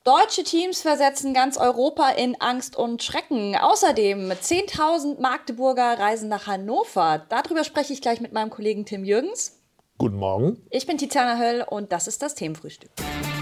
Deutsche Teams versetzen ganz Europa in Angst und Schrecken. Außerdem 10.000 Magdeburger reisen nach Hannover. Darüber spreche ich gleich mit meinem Kollegen Tim Jürgens. Guten Morgen. Ich bin Tiziana Höll und das ist das Themenfrühstück.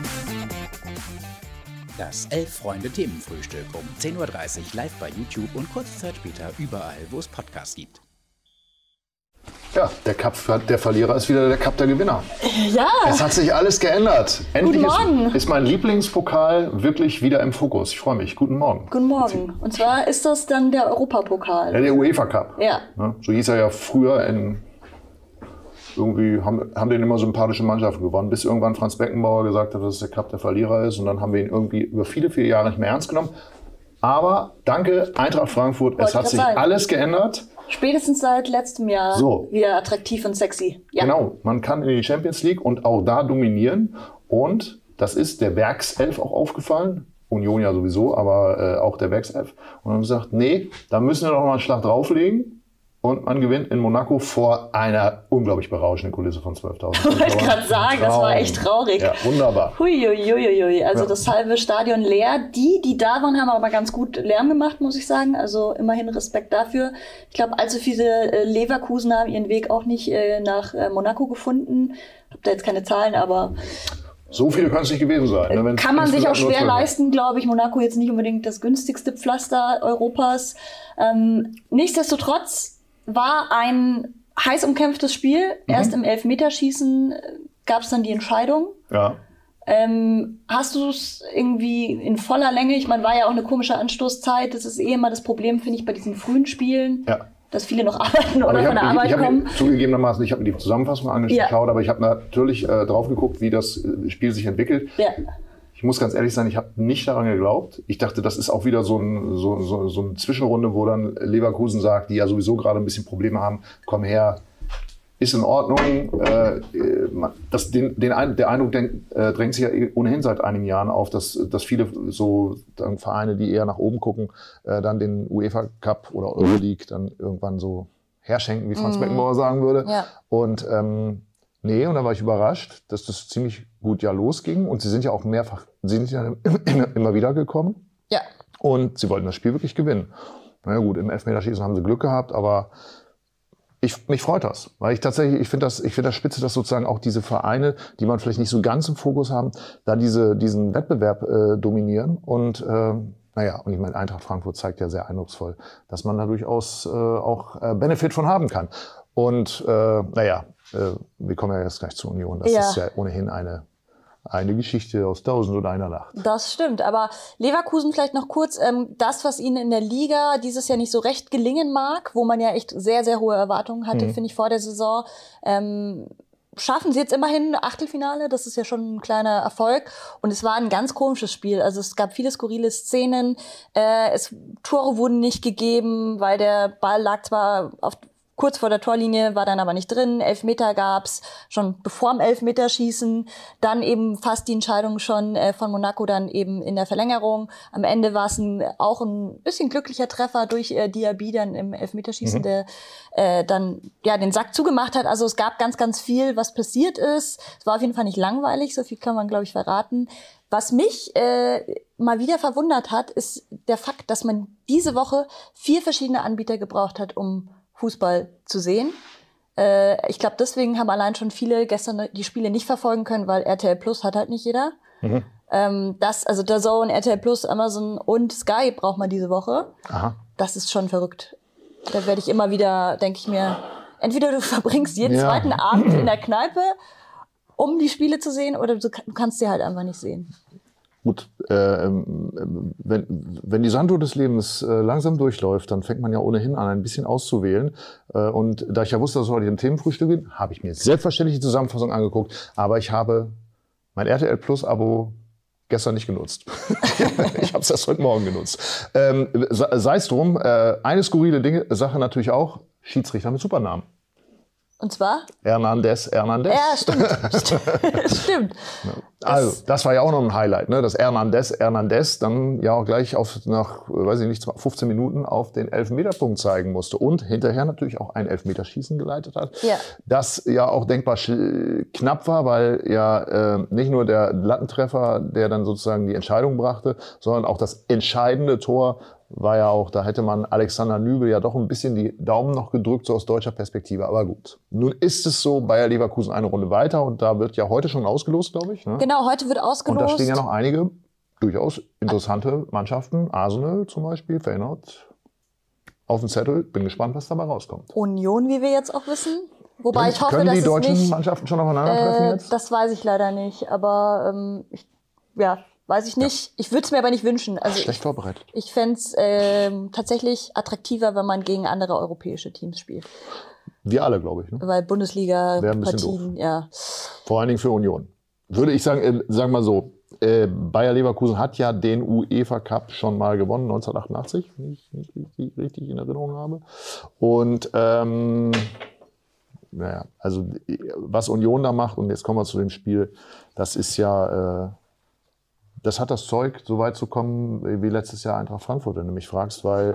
Das Elf-Freunde-Themenfrühstück um 10.30 Uhr live bei YouTube und kurze Zeit später überall, wo es Podcasts gibt. Ja, der Cup, der Verlierer ist wieder der Cup der Gewinner. Ja. Es hat sich alles geändert. Endlich Guten Morgen. ist mein Lieblingspokal wirklich wieder im Fokus. Ich freue mich. Guten Morgen. Guten Morgen. Und zwar ist das dann der Europapokal. Ja, der UEFA Cup. Ja. So hieß er ja früher. Irgendwie haben den immer sympathische Mannschaften gewonnen, bis irgendwann Franz Beckenbauer gesagt hat, dass es der Cup der Verlierer ist. Und dann haben wir ihn irgendwie über viele Jahre nicht mehr ernst genommen. Aber danke Eintracht Frankfurt, es hat sich alles geändert. Spätestens seit letztem Jahr wieder attraktiv und sexy. Ja. Genau, man kann in die Champions League und auch da dominieren. Und das ist der Werkself auch aufgefallen. Union ja sowieso, aber auch der Werkself. Und haben gesagt, nee, da müssen wir doch mal einen Schlag drauflegen. Und man gewinnt in Monaco vor einer unglaublich berauschenden Kulisse von 12.000. Ich wollte gerade sagen, das war echt traurig. Ja, wunderbar. Huiuiuiui. Also das halbe Stadion leer. Die da waren, haben aber ganz gut Lärm gemacht, muss ich sagen. Also immerhin Respekt dafür. Ich glaube, allzu viele Leverkusen haben ihren Weg auch nicht nach Monaco gefunden. Ich habe da jetzt keine Zahlen, aber... So viele können es nicht gewesen sein. Ne? Kann man sich auch schwer leisten, glaube ich. Monaco jetzt nicht unbedingt das günstigste Pflaster Europas. Nichtsdestotrotz war ein heiß umkämpftes Spiel. Erst im Elfmeterschießen gab es dann die Entscheidung. Ja. Hast du es irgendwie in voller Länge? Ich meine, war ja auch eine komische Anstoßzeit. Das ist immer das Problem, finde ich, bei diesen frühen Spielen. Ja. Dass viele noch arbeiten oder von der Arbeit kommen. Zugegebenermaßen, ich habe mir die Zusammenfassung angeschaut, aber ich habe natürlich drauf geguckt, wie das Spiel sich entwickelt. Ja. Ich muss ganz ehrlich sein, ich habe nicht daran geglaubt. Ich dachte, das ist auch wieder so eine Zwischenrunde, wo dann Leverkusen sagt, die ja sowieso gerade ein bisschen Probleme haben, komm her, ist in Ordnung. Der Eindruck drängt sich ja ohnehin seit einigen Jahren auf, dass viele so Vereine, die eher nach oben gucken, dann den UEFA Cup oder Euroleague dann irgendwann so herschenken, wie Franz Beckenbauer sagen würde. Ja. Und und da war ich überrascht, dass das ziemlich gut losging. Und sie sind ja auch immer wieder gekommen. Ja. Und sie wollten das Spiel wirklich gewinnen. Na ja, gut, im Elfmeterschießen haben sie Glück gehabt, aber mich freut das. Weil ich finde das spitze, dass sozusagen auch diese Vereine, die man vielleicht nicht so ganz im Fokus haben, da diesen Wettbewerb dominieren. Und und ich meine, Eintracht Frankfurt zeigt ja sehr eindrucksvoll, dass man da durchaus auch Benefit von haben kann. Und wir kommen ja jetzt gleich zur Union. Das ist ja ohnehin eine Geschichte aus 1001 Nacht. Das stimmt, aber Leverkusen vielleicht noch kurz, das, was ihnen in der Liga dieses Jahr nicht so recht gelingen mag, wo man ja echt sehr, sehr hohe Erwartungen hatte, finde ich, vor der Saison, schaffen sie jetzt immerhin Achtelfinale, das ist ja schon ein kleiner Erfolg. Und es war ein ganz komisches Spiel, also es gab viele skurrile Szenen, Tore wurden nicht gegeben, weil der Ball lag zwar kurz vor der Torlinie, war dann aber nicht drin. Elfmeter gab's schon bevor dem Elfmeterschießen. Dann eben fast die Entscheidung schon von Monaco dann eben in der Verlängerung. Am Ende war es auch ein bisschen glücklicher Treffer durch Diaby dann im Elfmeterschießen, der dann den Sack zugemacht hat. Also es gab ganz, ganz viel, was passiert ist. Es war auf jeden Fall nicht langweilig, so viel kann man, glaube ich, verraten. Was mich mal wieder verwundert hat, ist der Fakt, dass man diese Woche 4 verschiedene Anbieter gebraucht hat, um Fußball zu sehen. Ich glaube, deswegen haben allein schon viele gestern die Spiele nicht verfolgen können, weil RTL Plus hat halt nicht jeder. Also DAZN, RTL Plus, Amazon und Sky braucht man diese Woche. Aha. Das ist schon verrückt. Da werde ich immer wieder, denke ich mir, entweder du verbringst jeden zweiten Abend in der Kneipe, um die Spiele zu sehen, oder du kannst sie halt einfach nicht sehen. Gut, wenn die Sanduhr des Lebens langsam durchläuft, dann fängt man ja ohnehin an, ein bisschen auszuwählen. Und da ich ja wusste, dass es heute ein Themenfrühstück gibt, habe ich mir selbstverständlich die Zusammenfassung angeguckt. Aber ich habe mein RTL Plus Abo gestern nicht genutzt. Ich habe es erst heute Morgen genutzt. Sei es drum, eine skurrile Sache natürlich auch, Schiedsrichter mit Supernamen. Und zwar? Hernández. Ja, stimmt. Stimmt. Also, das war ja auch noch ein Highlight, ne? Dass Hernandez dann ja auch gleich nach, weiß ich nicht, 15 Minuten auf den Elfmeterpunkt zeigen musste und hinterher natürlich auch ein Elfmeterschießen geleitet hat. Ja. Das ja auch denkbar knapp war, weil ja nicht nur der Lattentreffer, der dann sozusagen die Entscheidung brachte, sondern auch das entscheidende Tor war ja auch, da hätte man Alexander Nübel ja doch ein bisschen die Daumen noch gedrückt, so aus deutscher Perspektive. Aber gut. Nun ist es so, Bayer Leverkusen eine Runde weiter und da wird ja heute schon ausgelost, glaube ich. Ne? Genau, heute wird ausgelost. Und da stehen ja noch einige durchaus interessante Mannschaften. Arsenal zum Beispiel, Feyenoord auf dem Zettel. Bin gespannt, was dabei rauskommt. Union, wie wir jetzt auch wissen. Wobei ich hoffe, können dass die es deutschen nicht, Mannschaften schon aufeinandertreffen jetzt? Das weiß ich leider nicht. Aber weiß ich nicht. Ja. Ich würde es mir aber nicht wünschen. Also schlecht vorbereitet. Ich fände es tatsächlich attraktiver, wenn man gegen andere europäische Teams spielt. Wir alle, glaube ich. Ne? Weil Bundesliga-Partien, ja. Vor allen Dingen für Union. Würde ich sagen, sagen wir mal so, Bayer Leverkusen hat ja den UEFA Cup schon mal gewonnen, 1988, wenn ich nicht richtig in Erinnerung habe. Und also was Union da macht, und jetzt kommen wir zu dem Spiel, das ist ja... Das hat das Zeug, so weit zu kommen, wie letztes Jahr Eintracht Frankfurt, wenn du mich fragst, weil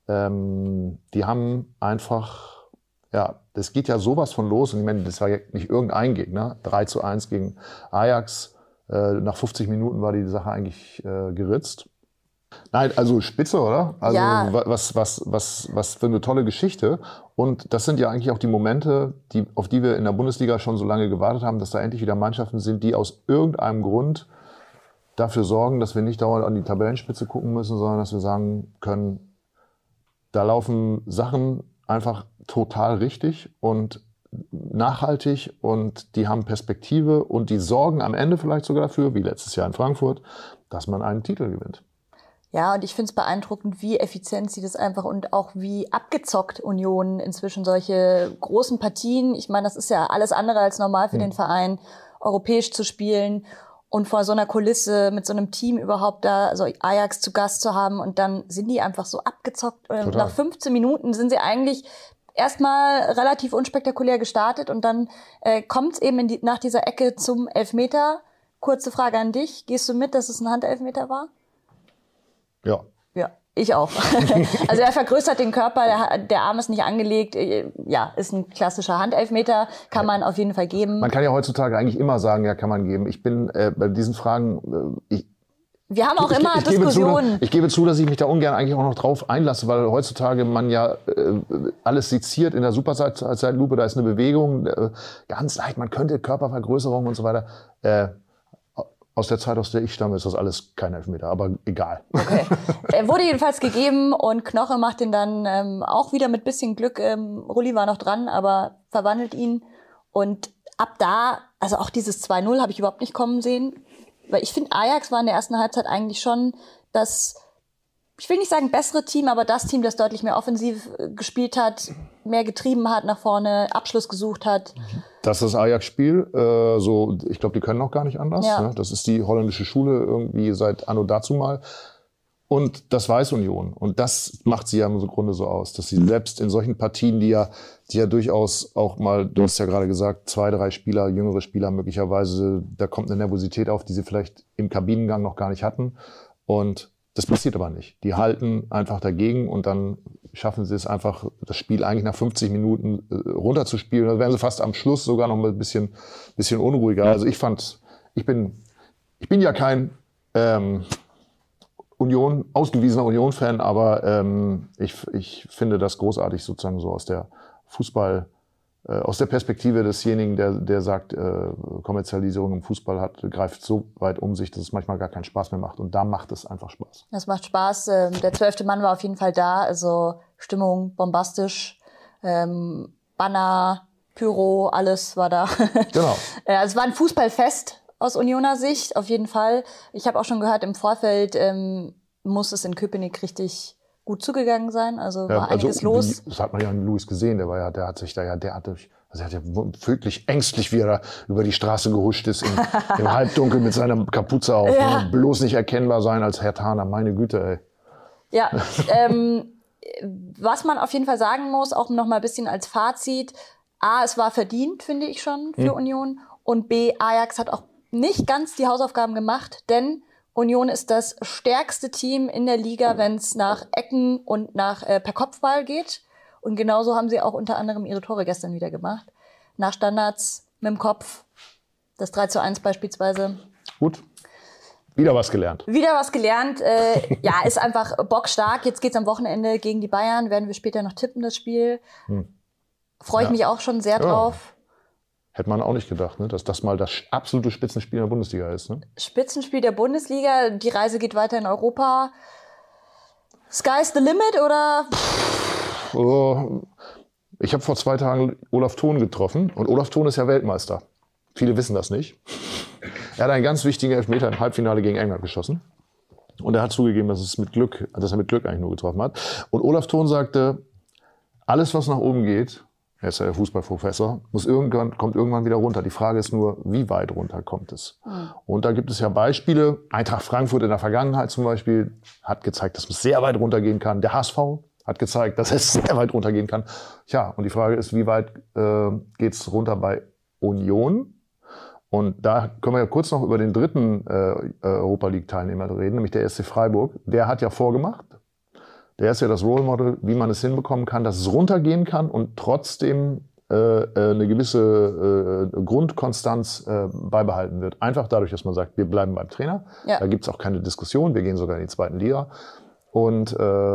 die haben einfach, das geht ja sowas von los. Und ich meine, das war ja nicht irgendein Gegner, 3:1 gegen Ajax. Nach 50 Minuten war die Sache eigentlich geritzt. Nein, also spitze, oder? Also ja. Was für eine tolle Geschichte. Und das sind ja eigentlich auch die Momente, auf die wir in der Bundesliga schon so lange gewartet haben, dass da endlich wieder Mannschaften sind, die aus irgendeinem Grund dafür sorgen, dass wir nicht dauernd an die Tabellenspitze gucken müssen, sondern dass wir sagen können, da laufen Sachen einfach total richtig und nachhaltig und die haben Perspektive und die sorgen am Ende vielleicht sogar dafür, wie letztes Jahr in Frankfurt, dass man einen Titel gewinnt. Ja, und ich finde es beeindruckend, wie effizient sie das einfach und auch wie abgezockt Union inzwischen solche großen Partien, ich meine, das ist ja alles andere als normal für den Verein, europäisch zu spielen. Und vor so einer Kulisse mit so einem Team überhaupt da so Ajax zu Gast zu haben und dann sind die einfach so abgezockt. Und nach 15 Minuten sind sie eigentlich erstmal relativ unspektakulär gestartet und dann kommt es eben nach dieser Ecke zum Elfmeter. Kurze Frage an dich. Gehst du mit, dass es ein Handelfmeter war? Ja. Ja, ich auch. Also er vergrößert den Körper, der Arm ist nicht angelegt. Ja, ist ein klassischer Handelfmeter, kann man auf jeden Fall geben. Man kann ja heutzutage eigentlich immer sagen, ja, kann man geben. Ich bin bei diesen Fragen... Wir haben auch immer Diskussionen. Ich gebe zu, dass ich mich da ungern eigentlich auch noch drauf einlasse, weil heutzutage man ja alles seziert in der Superzeitlupe, da ist eine Bewegung, ganz leicht, man könnte Körpervergrößerung und so weiter. Aus der Zeit, aus der ich stamme, ist das alles kein Elfmeter, aber egal. Okay. Er wurde jedenfalls gegeben und Knoche macht ihn dann auch wieder mit bisschen Glück. Rulli war noch dran, aber verwandelt ihn. Und ab da, also auch dieses 2:0 habe ich überhaupt nicht kommen sehen. Weil ich finde, Ajax war in der ersten Halbzeit eigentlich schon das, ich will nicht sagen bessere Team, aber das Team, das deutlich mehr offensiv gespielt hat, mehr getrieben hat nach vorne, Abschluss gesucht hat. Das ist das Ajax-Spiel. Ich glaube, die können noch gar nicht anders. Ja. Ne? Das ist die holländische Schule irgendwie seit anno dazumal. Und das weiß Union. Und das macht sie ja im Grunde so aus, dass sie selbst in solchen Partien, die ja durchaus auch mal, du hast ja gerade gesagt, 2, 3 Spieler, jüngere Spieler möglicherweise, da kommt eine Nervosität auf, die sie vielleicht im Kabinengang noch gar nicht hatten. Und das passiert aber nicht. Die halten einfach dagegen und dann schaffen sie es einfach, das Spiel eigentlich nach 50 Minuten runterzuspielen. Da werden sie fast am Schluss sogar noch mal ein bisschen unruhiger. Also ich bin ja kein ausgewiesener Union-Fan, aber ich finde das großartig sozusagen so aus der Perspektive desjenigen, der sagt, Kommerzialisierung im Fußball greift so weit um sich, dass es manchmal gar keinen Spaß mehr macht. Und da macht es einfach Spaß. Das macht Spaß. Der 12. Mann war auf jeden Fall da. Also Stimmung bombastisch. Banner, Pyro, alles war da. Genau. Es war ein Fußballfest aus Unioner Sicht, auf jeden Fall. Ich habe auch schon gehört, im Vorfeld muss es in Köpenick richtig gut zugegangen sein. Also war einiges los. Das hat man ja an Luis gesehen. Der hat ja wirklich ängstlich, wie er da über die Straße gehuscht ist, im Halbdunkel mit seiner Kapuze auf. Ja. Bloß nicht erkennbar sein als Herr Thaner. Meine Güte, ey. Ja, was man auf jeden Fall sagen muss, auch noch mal ein bisschen als Fazit. A, es war verdient, finde ich schon, für Union. Und B, Ajax hat auch nicht ganz die Hausaufgaben gemacht, denn Union ist das stärkste Team in der Liga, wenn es nach Ecken und nach per Kopfball geht. Und genauso haben sie auch unter anderem ihre Tore gestern wieder gemacht. Nach Standards mit dem Kopf, das 3:1 beispielsweise. Gut. Wieder was gelernt. Wieder was gelernt. Ja, ist einfach bockstark. Jetzt geht's am Wochenende gegen die Bayern. Werden wir später noch tippen, das Spiel. Freue ich mich auch schon sehr drauf. Hätte man auch nicht gedacht, ne? Dass das mal das absolute Spitzenspiel in der Bundesliga ist. Ne? Spitzenspiel der Bundesliga. Die Reise geht weiter in Europa. Sky's the limit, oder? Ich habe vor 2 Tagen Olaf Thon getroffen. Und Olaf Thon ist ja Weltmeister. Viele wissen das nicht. Er hat einen ganz wichtigen Elfmeter im Halbfinale gegen England geschossen. Und er hat zugegeben, dass er mit Glück eigentlich nur getroffen hat. Und Olaf Thon sagte, alles, was nach oben geht, er ist ja der Fußballprofessor, kommt irgendwann wieder runter. Die Frage ist nur, wie weit runter kommt es? Und da gibt es ja Beispiele. Eintracht Frankfurt in der Vergangenheit zum Beispiel hat gezeigt, dass es sehr weit runtergehen kann. Der HSV hat gezeigt, dass es sehr weit runtergehen kann. Tja, und die Frage ist, wie weit geht es runter bei Union? Und da können wir ja kurz noch über den dritten Europa-League-Teilnehmer reden, nämlich der SC Freiburg. Der hat ja vorgemacht, der ist ja das Role Model, wie man es hinbekommen kann, dass es runtergehen kann und trotzdem eine gewisse Grundkonstanz beibehalten wird. Einfach dadurch, dass man sagt, wir bleiben beim Trainer. Ja. Da gibt es auch keine Diskussion, wir gehen sogar in die 2. Liga. Und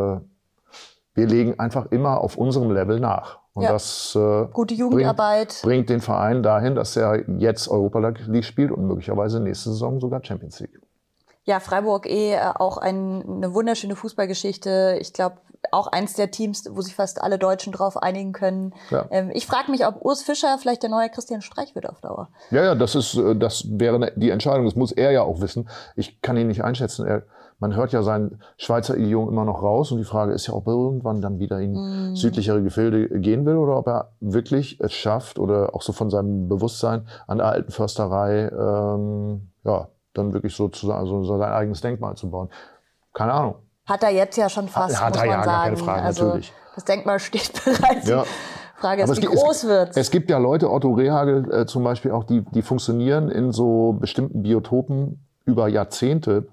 wir legen einfach immer auf unserem Level nach. Und das gute Jugendarbeit bringt den Verein dahin, dass er jetzt Europa League spielt und möglicherweise nächste Saison sogar Champions League. Ja, Freiburg auch eine wunderschöne Fußballgeschichte. Ich glaube, auch eins der Teams, wo sich fast alle Deutschen drauf einigen können. Ja. Ich frage mich, ob Urs Fischer vielleicht der neue Christian Streich wird auf Dauer. Ja, das wäre die Entscheidung. Das muss er ja auch wissen. Ich kann ihn nicht einschätzen. Man hört ja seinen Schweizer Idiom immer noch raus. Und die Frage ist ja, ob er irgendwann dann wieder in südlichere Gefilde gehen will oder ob er wirklich es schafft oder auch so von seinem Bewusstsein an der alten Försterei, dann wirklich so sein eigenes Denkmal zu bauen. Keine Ahnung. Hat er jetzt ja schon fast, hat muss er man ja sagen. Gar keine Frage, also, natürlich. Das Denkmal steht bereits. Ja. Die Frage ist, wie groß wird's? Es gibt ja Leute, Otto Rehhagel zum Beispiel auch, die funktionieren in so bestimmten Biotopen über Jahrzehnte.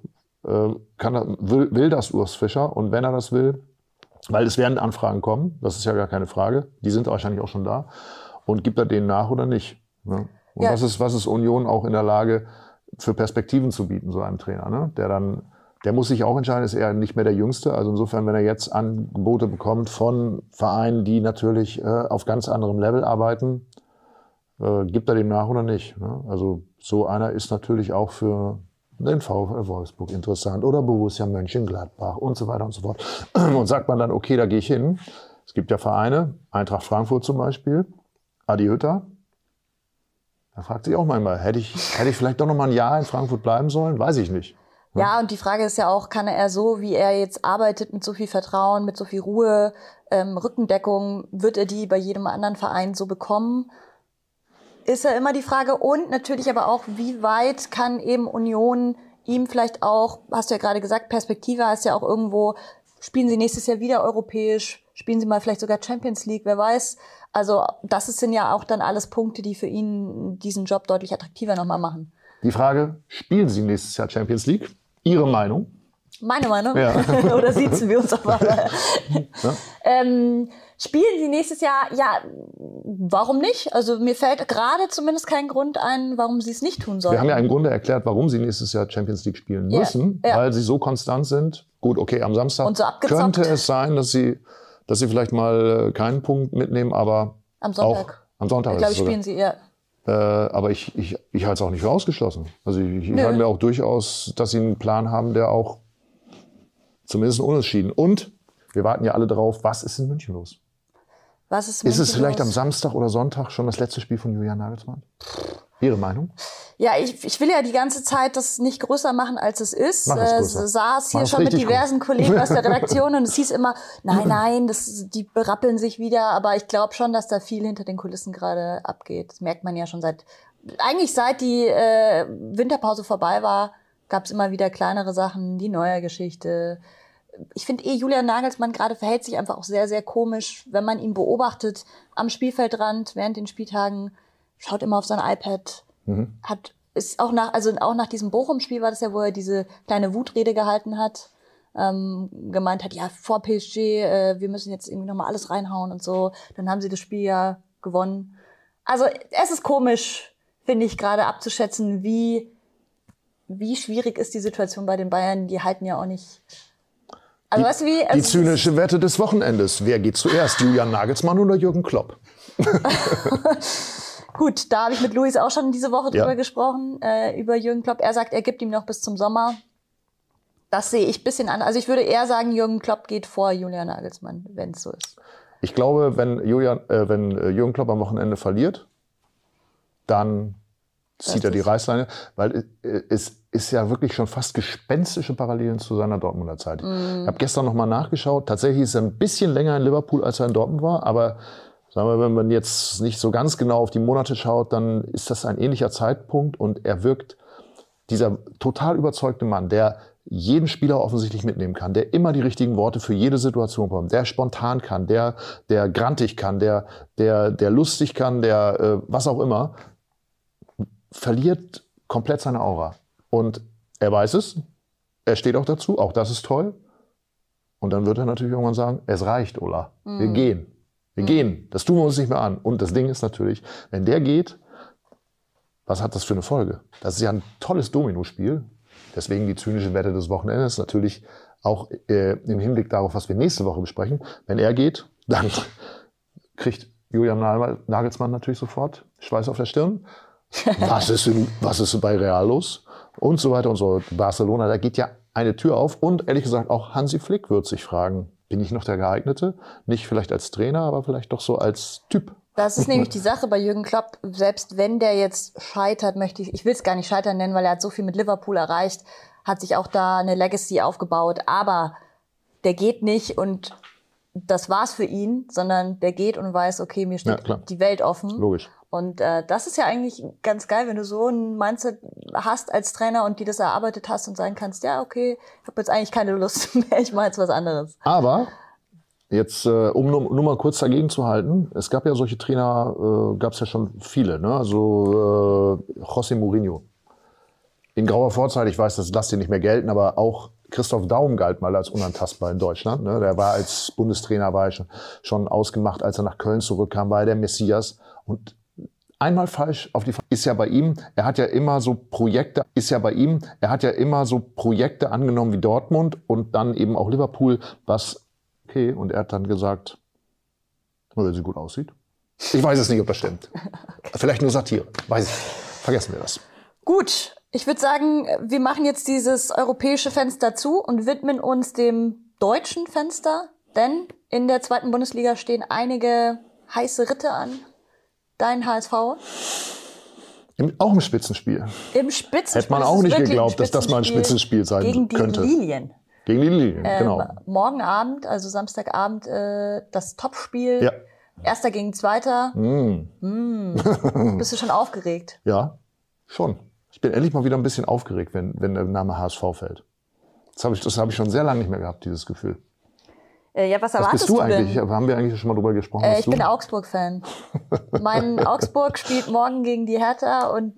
Will das Urs Fischer? Und wenn er das will, weil es werden Anfragen kommen, das ist ja gar keine Frage, die sind wahrscheinlich auch schon da. Und gibt er denen nach oder nicht? Ne? Und was ist Union auch in der Lage, für Perspektiven zu bieten, so einem Trainer, ne? Der muss sich auch entscheiden, ist er nicht mehr der Jüngste. Also insofern, wenn er jetzt Angebote bekommt von Vereinen, die natürlich auf ganz anderem Level arbeiten, gibt er dem nach oder nicht, ne? Also so einer ist natürlich auch für den VfL Wolfsburg interessant oder Borussia Mönchengladbach und so weiter und so fort. Und sagt man dann, okay, da gehe ich hin. Es gibt ja Vereine, Eintracht Frankfurt zum Beispiel, Adi Hütter. Da fragt sich auch manchmal, hätte ich vielleicht doch noch mal ein Jahr in Frankfurt bleiben sollen? Weiß ich nicht. Ja, und die Frage ist ja auch, kann er so, wie er jetzt arbeitet, mit so viel Vertrauen, mit so viel Ruhe, Rückendeckung, wird er die bei jedem anderen Verein so bekommen? Ist ja immer die Frage. Und natürlich aber auch, wie weit kann eben Union ihm vielleicht auch, hast du ja gerade gesagt, Perspektive heißt ja auch irgendwo, spielen sie nächstes Jahr wieder europäisch, spielen sie mal vielleicht sogar Champions League, wer weiß. Also sind ja auch dann alles Punkte, die für ihn diesen Job deutlich attraktiver nochmal machen. Die Frage, spielen sie nächstes Jahr Champions League? Ihre Meinung? Meine Meinung? Ja. Oder sitzen wir uns auf einmal? Ja. Spielen sie nächstes Jahr? Ja, warum nicht? Also mir fällt gerade zumindest kein Grund ein, warum sie es nicht tun sollen. Wir haben ja im Grunde erklärt, warum sie nächstes Jahr Champions League spielen müssen, weil sie so konstant sind. Gut, okay, am Samstag und so könnte es sein, dass sie vielleicht mal keinen Punkt mitnehmen, aber am Sonntag. Auch am Sonntag. Ich glaube, spielen sie, ja. Aber ich halte es auch nicht für ausgeschlossen. Also ich halte mir auch durchaus, dass sie einen Plan haben, der auch zumindest unentschieden. Und wir warten ja alle drauf, was ist in München los? Was ist es vielleicht am Samstag oder Sonntag schon das letzte Spiel von Julian Nagelsmann? Ihre Meinung? Ja, ich will ja die ganze Zeit das nicht größer machen, als es ist. Saß hier Mach schon mit diversen gut. Kollegen aus der Redaktion und es hieß immer, nein, die berappeln sich wieder. Aber ich glaube schon, dass da viel hinter den Kulissen gerade abgeht. Das merkt man ja schon seit die Winterpause vorbei war, gab es immer wieder kleinere Sachen, die Neuer-Geschichte. Ich finde Julian Nagelsmann gerade verhält sich einfach auch sehr, sehr komisch, wenn man ihn beobachtet am Spielfeldrand während den Spieltagen, schaut immer auf sein iPad, hat ist auch nach diesem Bochum-Spiel war das ja, wo er diese kleine Wutrede gehalten hat, gemeint hat, ja, vor PSG, wir müssen jetzt irgendwie nochmal alles reinhauen und so. Dann haben sie das Spiel ja gewonnen. Also es ist komisch, finde ich, gerade abzuschätzen, wie schwierig ist die Situation bei den Bayern. Die halten ja auch nicht... Also, weißt du wie? Die zynische Wette des Wochenendes. Wer geht zuerst? Julian Nagelsmann oder Jürgen Klopp? Gut, da habe ich mit Luis auch schon diese Woche drüber gesprochen, über Jürgen Klopp. Er sagt, er gibt ihm noch bis zum Sommer. Das sehe ich ein bisschen an. Also ich würde eher sagen, Jürgen Klopp geht vor Julian Nagelsmann, wenn es so ist. Ich glaube, wenn Jürgen Klopp am Wochenende verliert, dann zieht er die Reißleine, weil es ist ja wirklich schon fast gespenstische Parallelen zu seiner Dortmunder Zeit. Ich habe gestern noch mal nachgeschaut. Tatsächlich ist er ein bisschen länger in Liverpool, als er in Dortmund war. Aber sagen wir, wenn man jetzt nicht so ganz genau auf die Monate schaut, dann ist das ein ähnlicher Zeitpunkt. Und er wirkt, dieser total überzeugte Mann, der jeden Spieler offensichtlich mitnehmen kann, der immer die richtigen Worte für jede Situation bekommt, der spontan kann, der grantig kann, der lustig kann, der was auch immer, verliert komplett seine Aura. Und er weiß es, er steht auch dazu, auch das ist toll. Und dann wird er natürlich irgendwann sagen, es reicht, Ola, wir gehen, das tun wir uns nicht mehr an. Und das Ding ist natürlich, wenn der geht, was hat das für eine Folge? Das ist ja ein tolles Dominospiel. Deswegen die zynische Wette des Wochenendes, natürlich auch im Hinblick darauf, was wir nächste Woche besprechen. Wenn er geht, dann kriegt Julian Nagelsmann natürlich sofort Schweiß auf der Stirn. Was ist bei Real los? Und so weiter und so. Barcelona, da geht ja eine Tür auf. Und ehrlich gesagt, auch Hansi Flick wird sich fragen, bin ich noch der Geeignete? Nicht vielleicht als Trainer, aber vielleicht doch so als Typ. Das ist nämlich die Sache bei Jürgen Klopp. Selbst wenn der jetzt scheitert, ich will es gar nicht scheitern nennen, weil er hat so viel mit Liverpool erreicht, hat sich auch da eine Legacy aufgebaut. Aber der geht nicht und das war's für ihn, sondern der geht und weiß, okay, mir steht die Welt offen. Logisch. Und das ist ja eigentlich ganz geil, wenn du so ein Mindset hast als Trainer und die das erarbeitet hast und sagen kannst, ja, okay, ich habe jetzt eigentlich keine Lust mehr, ich mache jetzt was anderes. Aber jetzt, um nur mal kurz dagegen zu halten, es gab ja solche Trainer, gab es ja schon viele, ne? Also José Mourinho. In grauer Vorzeit, ich weiß, dass das hier nicht mehr gelten, aber auch Christoph Daum galt mal als unantastbar in Deutschland. Ne? Der war als Bundestrainer schon ausgemacht, als er nach Köln zurückkam, war er der Messias. Und einmal falsch auf die ist ja bei ihm, er hat ja immer so Projekte angenommen wie Dortmund und dann eben auch Liverpool, okay, und er hat dann gesagt, wenn sie gut aussieht. Ich weiß es nicht, ob das stimmt. Vielleicht nur Satire. Weiß ich. Vergessen wir das. Gut, ich würde sagen, wir machen jetzt dieses europäische Fenster zu und widmen uns dem deutschen Fenster, denn in der 2. Bundesliga stehen einige heiße Ritte an. Dein HSV? Auch im Spitzenspiel. Im Spitzenspiel. Hätte man auch nicht geglaubt, dass das mal ein Spitzenspiel sein könnte. Gegen die Lilien. Gegen die Lilien, genau. Morgen Abend, also Samstagabend, das Topspiel. Ja. Erster gegen Zweiter. Bist du schon aufgeregt? Ja, schon. Ich bin endlich mal wieder ein bisschen aufgeregt, wenn der Name HSV fällt. Das habe ich schon sehr lange nicht mehr gehabt, dieses Gefühl. Ja, was erwartest bist du eigentlich? Denn? Haben wir eigentlich schon mal drüber gesprochen? Ich bin Augsburg-Fan. Mein Augsburg spielt morgen gegen die Hertha und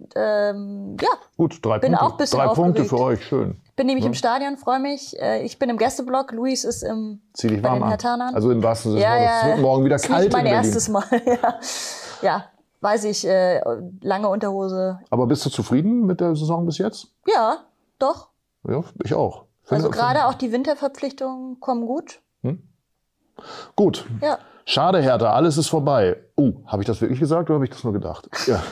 Gut, 3 bin Punkte. auch ein bisschen 3 Punkte aufgeregt. für euch, schön. Bin nämlich im Stadion, freue mich. Ich bin im Gästeblock, Luis ist Zieh dich bei warm den Herthanern. Also im wahrsten Sinne des Wortes. Es wird morgen wieder kalt in Berlin. Das ist mein erstes Mal. Ja, weiß ich, lange Unterhose. Aber bist du zufrieden mit der Saison bis jetzt? Ja, doch. Ja, ich auch. Also gerade auch die Winterverpflichtungen kommen gut. Gut. Ja. Schade, Hertha, alles ist vorbei. Habe ich das wirklich gesagt oder habe ich das nur gedacht? Ja.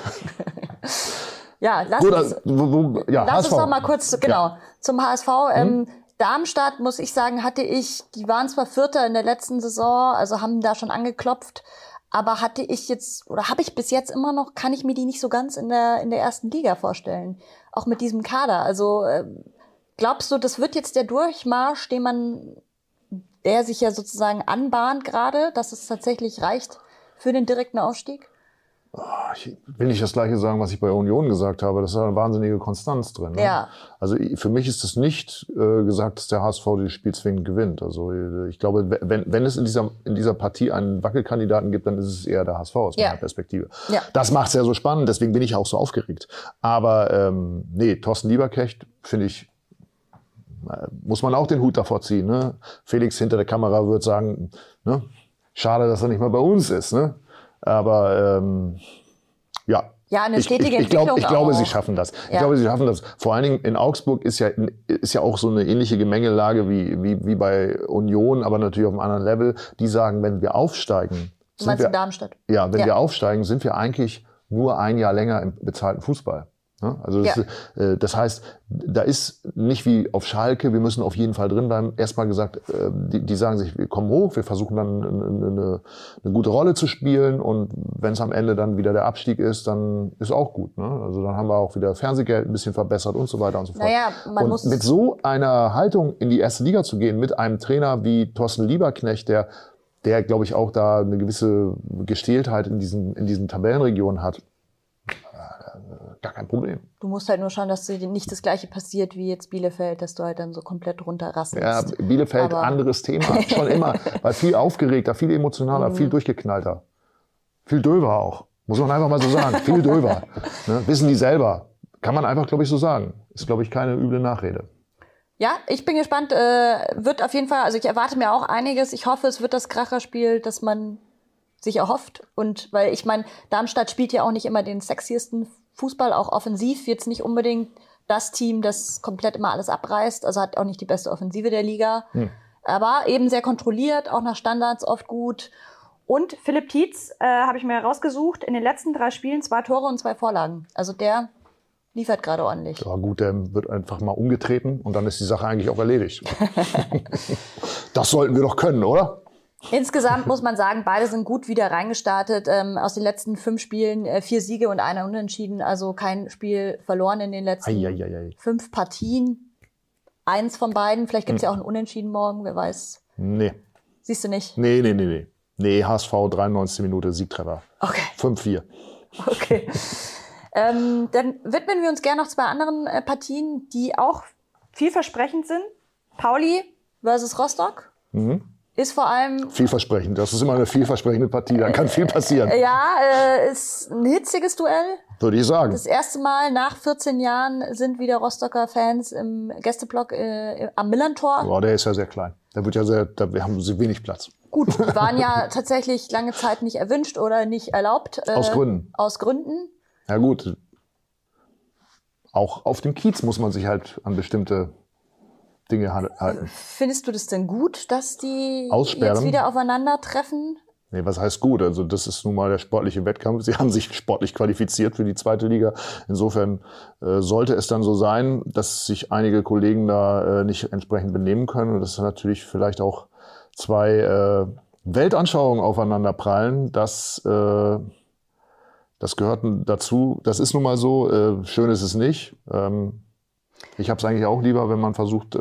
Ja, lass uns noch mal kurz, zum HSV. Darmstadt, muss ich sagen, die waren zwar Vierter in der letzten Saison, also haben da schon angeklopft, aber habe ich bis jetzt immer noch, kann ich mir die nicht so ganz in der ersten Liga vorstellen. Auch mit diesem Kader. Also glaubst du, das wird jetzt der Durchmarsch, der sich ja sozusagen anbahnt gerade, dass es tatsächlich reicht für den direkten Aufstieg? Ich will nicht das Gleiche sagen, was ich bei Union gesagt habe. Das ist eine wahnsinnige Konstanz drin. Ne? Ja. Also für mich ist es nicht gesagt, dass der HSV dieses Spiel zwingend gewinnt. Also ich glaube, wenn es in dieser Partie einen Wackelkandidaten gibt, dann ist es eher der HSV aus meiner Perspektive. Ja. Das macht es ja so spannend, deswegen bin ich auch so aufgeregt. Aber Thorsten Lieberknecht, finde ich, muss man auch den Hut davor ziehen. Ne? Felix hinter der Kamera wird sagen, ne? Schade, dass er nicht mal bei uns ist. Ne? Aber ja, eine stetige Entwicklung. Ich glaube, sie schaffen das. Ich glaube, sie schaffen das. Vor allen Dingen in Augsburg ist ja auch so eine ähnliche Gemengelage wie bei Union, aber natürlich auf einem anderen Level. Die sagen, wenn wir aufsteigen, du meinst in Darmstadt? Ja, wenn wir aufsteigen, sind wir eigentlich nur ein Jahr länger im bezahlten Fußball. Also das heißt, da ist nicht wie auf Schalke, wir müssen auf jeden Fall drin bleiben. Erstmal gesagt, die sagen sich, wir kommen hoch, wir versuchen dann eine gute Rolle zu spielen und wenn es am Ende dann wieder der Abstieg ist, dann ist auch gut. Ne? Also dann haben wir auch wieder Fernsehgeld ein bisschen verbessert und so weiter und so fort. Und mit so einer Haltung in die erste Liga zu gehen, mit einem Trainer wie Thorsten Lieberknecht, der glaube ich auch da eine gewisse Gestehltheit in diesen Tabellenregionen hat, gar kein Problem. Du musst halt nur schauen, dass dir nicht das Gleiche passiert wie jetzt Bielefeld, dass du halt dann so komplett runterrasselst. Ja, Bielefeld, anderes Thema. Schon immer. Weil viel aufgeregter, viel emotionaler, viel durchgeknallter. Viel döver auch. Muss man einfach mal so sagen. Viel döver. Ne? Wissen die selber. Kann man einfach, glaube ich, so sagen. Ist, glaube ich, keine üble Nachrede. Ja, ich bin gespannt. Wird auf jeden Fall, also ich erwarte mir auch einiges. Ich hoffe, es wird das Kracherspiel, das man sich erhofft. Und weil ich meine, Darmstadt spielt ja auch nicht immer den sexiesten Fußball, auch offensiv. Jetzt nicht unbedingt das Team, das komplett immer alles abreißt. Also hat auch nicht die beste Offensive der Liga. Aber eben sehr kontrolliert, auch nach Standards oft gut. Und Philipp Tietz habe ich mir rausgesucht, in den letzten 3 Spielen 2 Tore und 2 Vorlagen. Also der liefert gerade ordentlich. Ja gut, der wird einfach mal umgetreten und dann ist die Sache eigentlich auch erledigt. Das sollten wir doch können, oder? Insgesamt muss man sagen, beide sind gut wieder reingestartet. Aus den letzten 5 Spielen 4 Siege und 1 Unentschieden. Also kein Spiel verloren in den letzten 5 Partien. 1 von beiden. Vielleicht gibt es ja auch ein Unentschieden morgen, wer weiß. Nee. Siehst du nicht? Nee. Nee, HSV 93 Minute Siegtreffer. Okay. 5-4. Okay. Dann widmen wir uns gerne noch 2 anderen Partien, die auch vielversprechend sind. Pauli versus Rostock. Ist vor allem vielversprechend. Das ist immer eine vielversprechende Partie. Da kann viel passieren. Ist ein hitziges Duell. Würde ich sagen. Das erste Mal nach 14 Jahren sind wieder Rostocker Fans im Gästeblock am Millantor. Boah, der ist ja sehr klein. Wir haben wenig Platz. Gut, die waren ja tatsächlich lange Zeit nicht erwünscht oder nicht erlaubt. Aus Gründen. Aus Gründen. Ja gut. Auch auf dem Kiez muss man sich halt an bestimmte Dinge halten. Findest du das denn gut, dass die Aussperren? Jetzt wieder aufeinandertreffen? Nee, was heißt gut? Also das ist nun mal der sportliche Wettkampf. Sie haben sich sportlich qualifiziert für die 2. Liga. Insofern sollte es dann so sein, dass sich einige Kollegen da nicht entsprechend benehmen können und dass natürlich vielleicht auch 2 Weltanschauungen aufeinander prallen. Das gehört dazu. Das ist nun mal so. Schön ist es nicht. Ich habe es eigentlich auch lieber, wenn man versucht,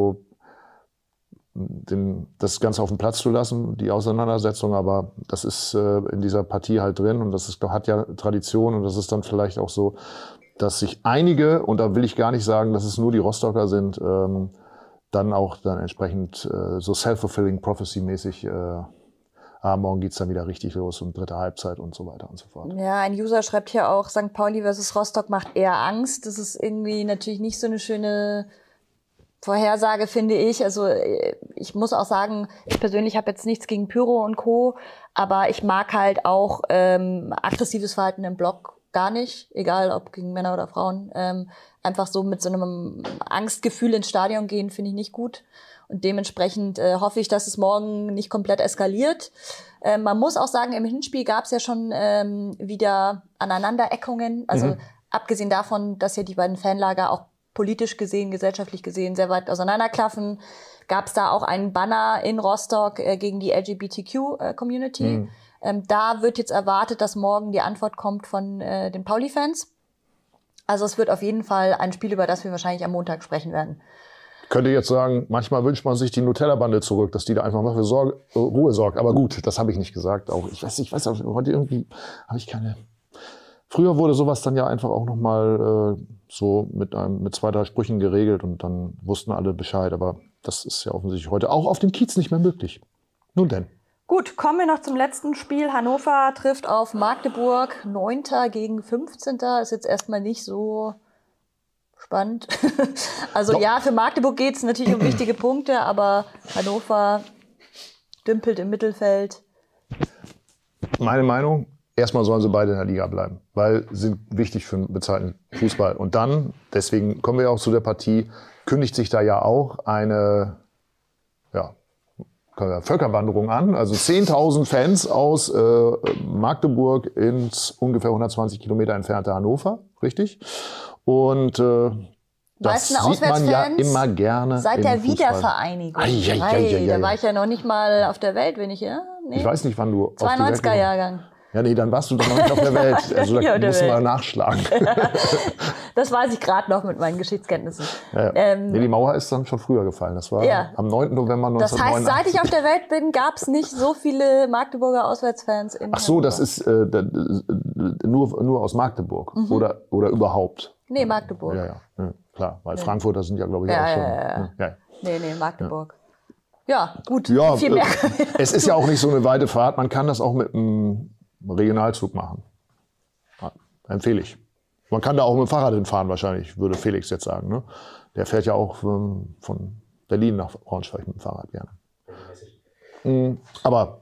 das Ganze auf den Platz zu lassen, die Auseinandersetzung. Aber das ist in dieser Partie halt drin und hat ja Tradition. Und das ist dann vielleicht auch so, dass sich einige, und da will ich gar nicht sagen, dass es nur die Rostocker sind, dann entsprechend so self-fulfilling prophecy-mäßig morgen geht's dann wieder richtig los und 3. Halbzeit und so weiter und so fort. Ja, ein User schreibt hier auch, St. Pauli versus Rostock macht eher Angst. Das ist irgendwie natürlich nicht so eine schöne Vorhersage, finde ich. Also ich muss auch sagen, ich persönlich habe jetzt nichts gegen Pyro und Co., aber ich mag halt auch aggressives Verhalten im Block gar nicht, egal ob gegen Männer oder Frauen. Einfach so mit so einem Angstgefühl ins Stadion gehen, finde ich nicht gut. Und dementsprechend hoffe ich, dass es morgen nicht komplett eskaliert. Man muss auch sagen, im Hinspiel gab es ja schon wieder Aneinandereckungen. Also abgesehen davon, dass ja die beiden Fanlager auch politisch gesehen, gesellschaftlich gesehen sehr weit auseinanderklaffen, gab es da auch einen Banner in Rostock gegen die LGBTQ-Community. Da wird jetzt erwartet, dass morgen die Antwort kommt von den Pauli-Fans. Also es wird auf jeden Fall ein Spiel, über das wir wahrscheinlich am Montag sprechen werden. Ich könnte jetzt sagen, manchmal wünscht man sich die Nutella-Bande zurück, dass die da einfach mal für Ruhe sorgt. Aber gut, das habe ich nicht gesagt. Auch ich weiß, heute irgendwie habe ich keine Früher wurde sowas dann ja einfach auch nochmal so mit 2, 3 Sprüchen geregelt und dann wussten alle Bescheid. Aber das ist ja offensichtlich heute auch auf dem Kiez nicht mehr möglich. Nun denn. Gut, kommen wir noch zum letzten Spiel. Hannover trifft auf Magdeburg. 9. gegen 15. Ist jetzt erstmal nicht so spannend. Also Doch. ja, für Magdeburg geht es natürlich um wichtige Punkte, aber Hannover dümpelt im Mittelfeld. Meine Meinung, erstmal sollen sie beide in der Liga bleiben, weil sie sind wichtig für den bezahlten Fußball. Und dann, deswegen kommen wir auch zu der Partie, kündigt sich da ja auch eine Völkerwanderung an. Also 10.000 Fans aus Magdeburg ins ungefähr 120 Kilometer entfernte Hannover, richtig? Und das sieht man ja immer gerne seit der Fußball. Wiedervereinigung. Da war ich ja noch nicht mal auf der Welt, wenn ich, ja? Nee. Ich weiß nicht, wann du auf die Welt 92er-Jahrgang. Ja, nee, dann warst du doch noch nicht auf der Welt. Also da musst du mal nachschlagen. Das weiß ich gerade noch mit meinen Geschichtskenntnissen. Ja. Nee, die Mauer ist dann schon früher gefallen. Das war am 9. November 1989. Das heißt, seit ich auf der Welt bin, gab es nicht so viele Magdeburger Auswärtsfans in Ach so, Hannover. Das ist nur aus Magdeburg oder überhaupt? Nee, Magdeburg. Ja, klar, weil Frankfurter sind ja, glaube ich, auch schon. Ja. Nee, Magdeburg. Ja, gut. Ja, viel mehr. Es ist ja auch nicht so eine weite Fahrt. Man kann das auch mit einem Regionalzug machen. Ja, empfehle ich. Man kann da auch mit dem Fahrrad hinfahren wahrscheinlich, würde Felix jetzt sagen. Ne? Der fährt ja auch von Berlin nach Braunschweig mit dem Fahrrad gerne. Aber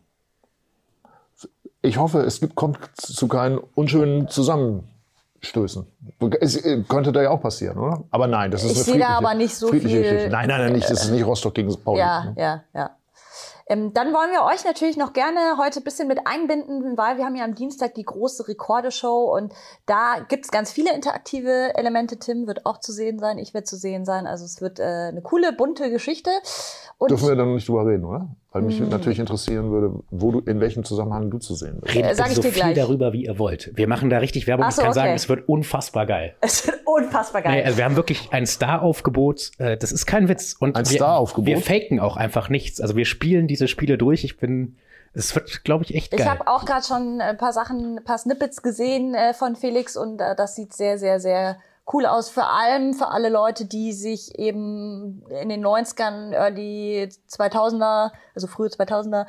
ich hoffe, es kommt zu keinen unschönen Zusammenstößen. Es könnte da ja auch passieren, oder? Aber nein, das ist ich sehe da aber nicht so viel. Geschichte. Nein, nicht. Das ist nicht Rostock gegen Pauli. Ja. Dann wollen wir euch natürlich noch gerne heute ein bisschen mit einbinden, weil wir haben ja am Dienstag die große Rekorde-Show und da gibt es ganz viele interaktive Elemente. Tim wird auch zu sehen sein, ich werde zu sehen sein. Also es wird eine coole, bunte Geschichte. Und dürfen wir dann noch nicht drüber reden, oder? Weil mich natürlich interessieren würde, in welchem Zusammenhang du zu sehen bist. Redet sag ich so dir viel gleich darüber, wie ihr wollt. Wir machen da richtig Werbung. Ich kann sagen, es wird unfassbar geil. Es wird unfassbar geil. Nee, also wir haben wirklich ein Star-Aufgebot. Das ist kein Witz. Und ein Star-Aufgebot? Wir faken auch einfach nichts. Also wir spielen diese Spiele durch. Es wird, glaube ich, echt geil. Ich habe auch gerade schon ein paar Snippets gesehen von Felix und das sieht sehr, sehr, sehr cool aus. Vor allem für alle Leute, die sich eben in den 90ern, Early 2000er, also frühe 2000er,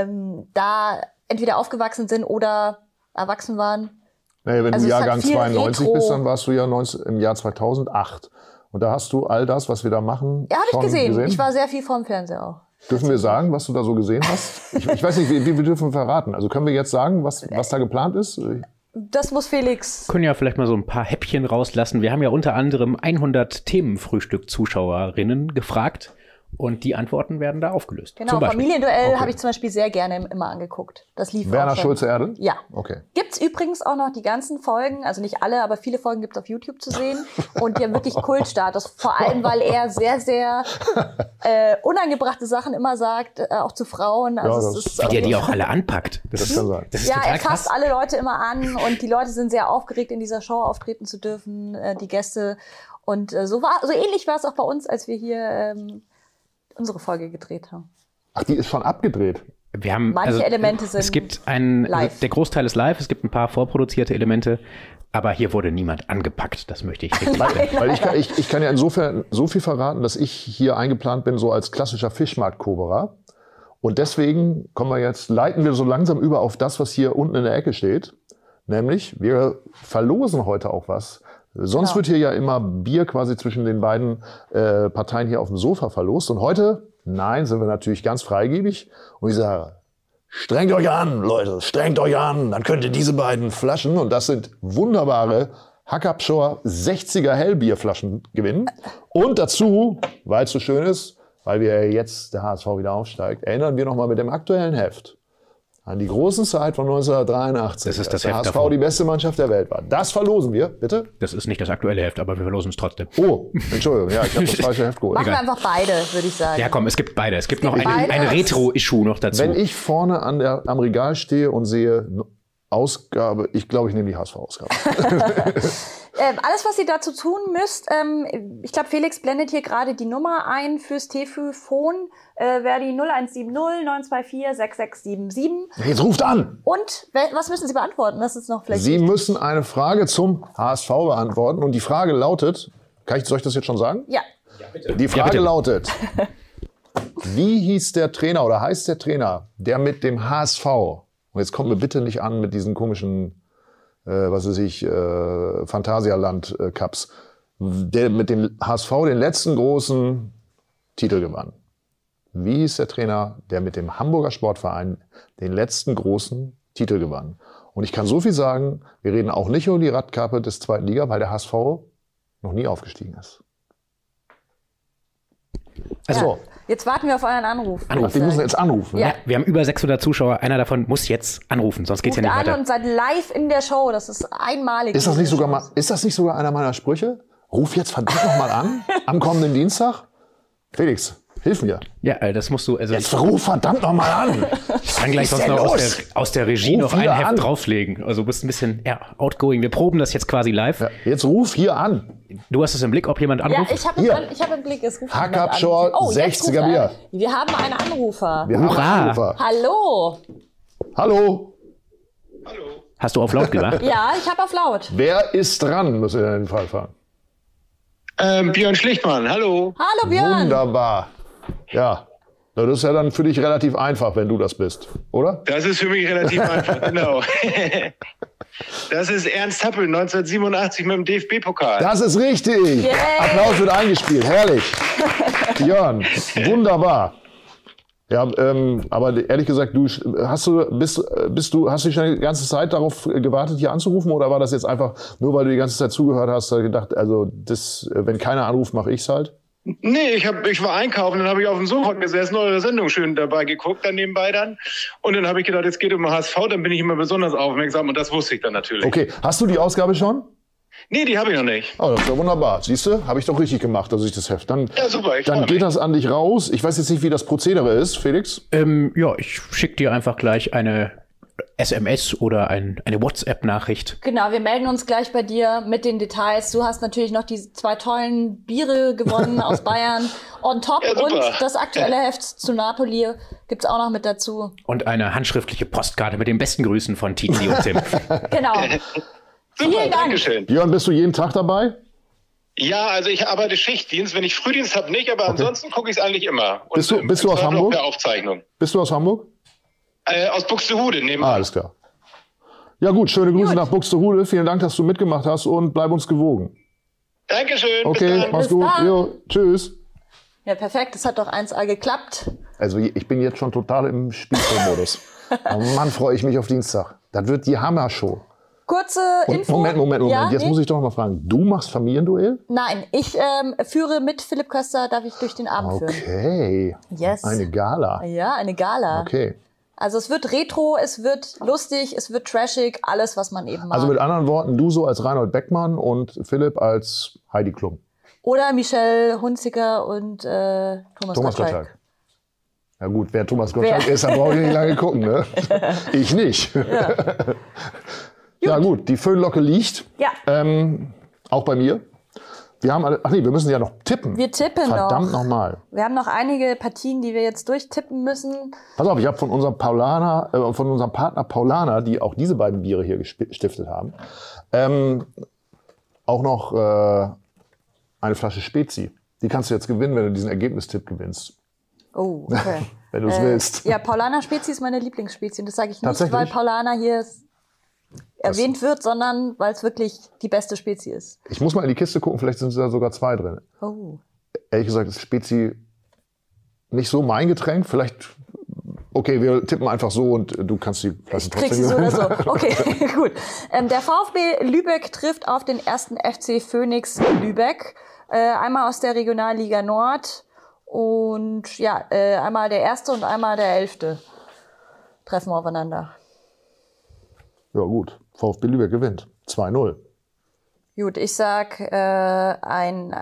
da entweder aufgewachsen sind oder erwachsen waren. Naja, wenn Also du es hat Jahrgang viel 92 Retro. bist, dann warst du ja im Jahr 2008. Und da hast du all das, was wir da machen, Ja, habe ich schon gesehen. Ich war sehr viel vorm Fernseher auch. Dürfen wir sagen, was du da so gesehen hast? Ich weiß nicht, wie dürfen wir verraten? Also können wir jetzt sagen, was da geplant ist? Das muss Felix. Wir können ja vielleicht mal so ein paar Häppchen rauslassen. Wir haben ja unter anderem 100 Themenfrühstück-Zuschauerinnen gefragt. Und die Antworten werden da aufgelöst. Genau, Familienduell habe ich zum Beispiel sehr gerne immer angeguckt. Das lief Werner auch schon. Schulze-Erde? Ja. Okay. Gibt's übrigens auch noch die ganzen Folgen, also nicht alle, aber viele Folgen gibt's auf YouTube zu sehen. Und die haben wirklich Kultstatus. Vor allem, weil er sehr, sehr unangebrachte Sachen immer sagt, auch zu Frauen. Also es ist wie der die auch alle anpackt. Das kann sein. Das ist ja, total er fasst krass. alle Leute immer an und die Leute sind sehr aufgeregt, in dieser Show auftreten zu dürfen, die Gäste. Und so ähnlich war es auch bei uns, als wir hier unsere Folge gedreht haben. Ach, die ist schon abgedreht? Wir haben, Manche Elemente sind es gibt live. Der Großteil ist live, es gibt ein paar vorproduzierte Elemente, aber hier wurde niemand angepackt, das möchte ich richtig Weil ich kann ja insofern so viel verraten, dass ich hier eingeplant bin, so als klassischer Fischmarkt-Koberer. Und deswegen leiten wir so langsam über auf das, was hier unten in der Ecke steht. Nämlich, wir verlosen heute auch was. Sonst wird hier ja immer Bier quasi zwischen den beiden Parteien hier auf dem Sofa verlost. Und heute, sind wir natürlich ganz freigebig. Und ich sage, strengt euch an, Leute, strengt euch an. Dann könnt ihr diese beiden Flaschen, und das sind wunderbare Hackabschor 60er Hellbierflaschen gewinnen. Und dazu, weil es so schön ist, weil wir jetzt der HSV wieder aufsteigt, erinnern wir nochmal mit dem aktuellen Heft an die großen Zeit von 1983. Das ist das der Heft HSV davon. die beste Mannschaft der Welt war. Das verlosen wir, bitte. Das ist nicht das aktuelle Heft, aber wir verlosen es trotzdem. Oh, Entschuldigung, ja, ich habe das falsche Heft geholt. Machen wir einfach beide, würde ich sagen. Ja, komm, es gibt beide. Es gibt noch gibt ein beides. Retro-Issue noch dazu. Wenn ich vorne am Regal stehe und sehe Ausgabe, ich glaube, ich nehme die HSV-Ausgabe. Alles, was ihr dazu tun müsst, ich glaube, Felix blendet hier gerade die Nummer ein fürs Telefon, wäre die 0170 924 6677. Jetzt ruft an! Und was müssen Sie beantworten? Das ist noch vielleicht. Sie müssen eine Frage zum HSV beantworten und die Frage lautet, soll ich das jetzt schon sagen? Ja. Die Frage lautet, wie hieß der Trainer oder heißt der Trainer, der mit dem HSV, und jetzt kommt mir bitte nicht an mit diesen komischen Phantasialand-Cups, der mit dem HSV den letzten großen Titel gewann. Wie hieß der Trainer, der mit dem Hamburger Sportverein den letzten großen Titel gewann? Und ich kann so viel sagen, wir reden auch nicht um die Radkappe des zweiten Liga, weil der HSV noch nie aufgestiegen ist. Also, jetzt warten wir auf euren Anruf. Wir müssen jetzt anrufen. Ja. Ja, wir haben über 600 Zuschauer. Einer davon muss jetzt anrufen, sonst geht's ja nicht weiter. Und seid live in der Show. Das ist einmalig. Ist das nicht sogar einer meiner Sprüche? Ruf jetzt verdammt noch mal an, am kommenden Dienstag. Felix, hilf mir. Ja, das musst du. Also Jetzt ruf verdammt noch mal an. ich kann gleich sonst noch aus der Regie noch ein Heft drauflegen. Also du bist ein bisschen outgoing. Wir proben das jetzt quasi live. Ja, jetzt ruf hier an. Du hast es im Blick, ob jemand anruft? Ja, ich habe im Blick. Es ruft Hackabschor, 60er Bier. Wir haben einen Anrufer. Hallo. Hallo. Hast du auf laut gemacht? Ja, ich habe auf laut. Wer ist dran, muss ich in den Fall fragen. Björn Schlichtmann, hallo. Hallo Björn. Wunderbar. Ja, das ist ja dann für dich relativ einfach, wenn du das bist, oder? Das ist für mich relativ einfach, genau. Das ist Ernst Happel, 1987 mit dem DFB-Pokal. Das ist richtig. Yeah. Applaus wird eingespielt, herrlich. Björn, wunderbar. Ja, aber ehrlich gesagt, hast du schon die ganze Zeit darauf gewartet, hier anzurufen, oder war das jetzt einfach nur, weil du die ganze Zeit zugehört hast, gedacht, also wenn keiner anruft, mache ich's halt? Nee, ich war einkaufen, dann habe ich auf dem Sofa gesessen, eure Sendung schön dabei geguckt, dann nebenbei dann. Und dann habe ich gedacht, jetzt geht um HSV, dann bin ich immer besonders aufmerksam und das wusste ich dann natürlich. Okay, hast du die Ausgabe schon? Nee, die habe ich noch nicht. Oh, das ist ja wunderbar. Siehst du, habe ich doch richtig gemacht, dass ich das Heft. Dann, ja, super. Dann geht das an dich raus. Ich weiß jetzt nicht, wie das Prozedere ist, Felix. Ja, ich schicke dir einfach gleich eine SMS oder eine WhatsApp-Nachricht. Genau, wir melden uns gleich bei dir mit den Details. Du hast natürlich noch die 2 tollen Biere gewonnen aus Bayern on top. Ja, und das aktuelle Heft zu Napoli gibt's auch noch mit dazu. Und eine handschriftliche Postkarte mit den besten Grüßen von Titi und Tim. Genau. Super, Vielen Dank. Dankeschön. Björn, bist du jeden Tag dabei? Ja, also ich arbeite Schichtdienst. Wenn ich Frühdienst habe, nicht, aber ansonsten gucke ich es eigentlich immer. Und Bist du aus Hamburg? Per Aufzeichnung. Bist du aus Hamburg? Aus Buxtehude nebenan. Alles klar. Ja gut, schöne Grüße nach Buxtehude. Vielen Dank, dass du mitgemacht hast und bleib uns gewogen. Dankeschön. Okay, bis dann. mach's gut. Jo, tschüss. Ja, perfekt. Das hat doch 1A geklappt. Also ich bin jetzt schon total im Spielfilmmodus. Oh Mann, freue ich mich auf Dienstag. Das wird die Hammershow. Kurze Info. Moment. Ja, Jetzt muss ich doch mal fragen. Du machst Familienduell? Nein, ich führe mit Philipp Köster, darf ich durch den Abend führen. Okay. Yes. Eine Gala. Ja, eine Gala. Okay. Also es wird retro, es wird lustig, es wird trashig, alles, was man eben mag. Also mit anderen Worten, du so als Reinhold Beckmann und Philipp als Heidi Klum. Oder Michelle Hunziker und Thomas Gottschalk. Ja gut, wer Thomas Gottschalk ist, dann brauche ich nicht lange gucken, ne? Ich nicht. Ja. Ja gut, die Föhnlocke liegt. Ja. Auch bei mir. Wir haben wir müssen ja noch tippen. Wir tippen Verdammt noch. nochmal. Wir haben noch einige Partien, die wir jetzt durchtippen müssen. Pass auf, ich habe von unserem Partner Paulaner, die auch diese beiden Biere hier gestiftet haben, auch noch eine Flasche Spezi. Die kannst du jetzt gewinnen, wenn du diesen Ergebnistipp gewinnst. Oh, okay. Wenn du es willst. Ja, Paulaner Spezi ist meine Lieblingsspezie. Und das sage ich nicht, weil Paulaner hier erwähnt wird, sondern weil es wirklich die beste Spezie ist. Ich muss mal in die Kiste gucken, vielleicht sind da sogar 2 drin. Oh. Ehrlich gesagt ist Spezi nicht so mein Getränk. Vielleicht, okay, wir tippen einfach so und du kannst die Flasche trotzdem. Kriegst du so oder so. Okay, gut. Der VfB Lübeck trifft auf den 1. FC Phoenix Lübeck. Einmal aus der Regionalliga Nord. Und ja, einmal der 1. und einmal der 11. treffen aufeinander. Ja gut, VfB Lübeck gewinnt. 2-0. Gut, ich sag ein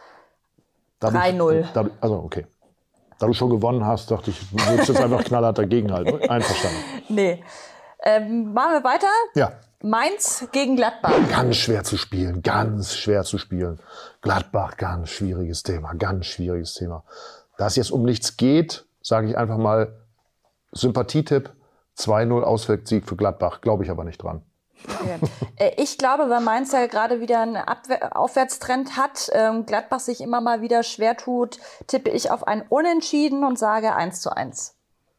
3-0. Also okay. Da du schon gewonnen hast, dachte ich, du würdest jetzt einfach knallhart dagegenhalten. Einverstanden. Nee. Machen wir weiter. Ja. Mainz gegen Gladbach. Ganz schwer zu spielen, ganz schwer zu spielen. Gladbach, ganz schwieriges Thema, ganz schwieriges Thema. Da es jetzt um nichts geht, sage ich einfach mal Sympathietipp, 2-0 Auswärtssieg für Gladbach. Glaube ich aber nicht dran. Okay. Ich glaube, weil Mainz ja gerade wieder einen Aufwärtstrend hat, Gladbach sich immer mal wieder schwer tut, tippe ich auf ein Unentschieden und sage 1:1.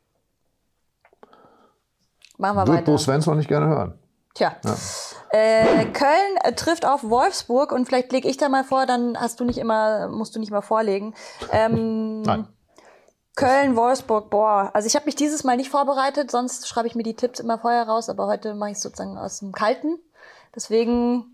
Machen wir Wird weiter. Bo Svensson nicht gerne hören. Tja. Ja. Köln trifft auf Wolfsburg und vielleicht lege ich da mal vor, dann musst du nicht immer vorlegen. Nein. Köln, Wolfsburg, also ich habe mich dieses Mal nicht vorbereitet, sonst schreibe ich mir die Tipps immer vorher raus, aber heute mache ich es sozusagen aus dem Kalten. Deswegen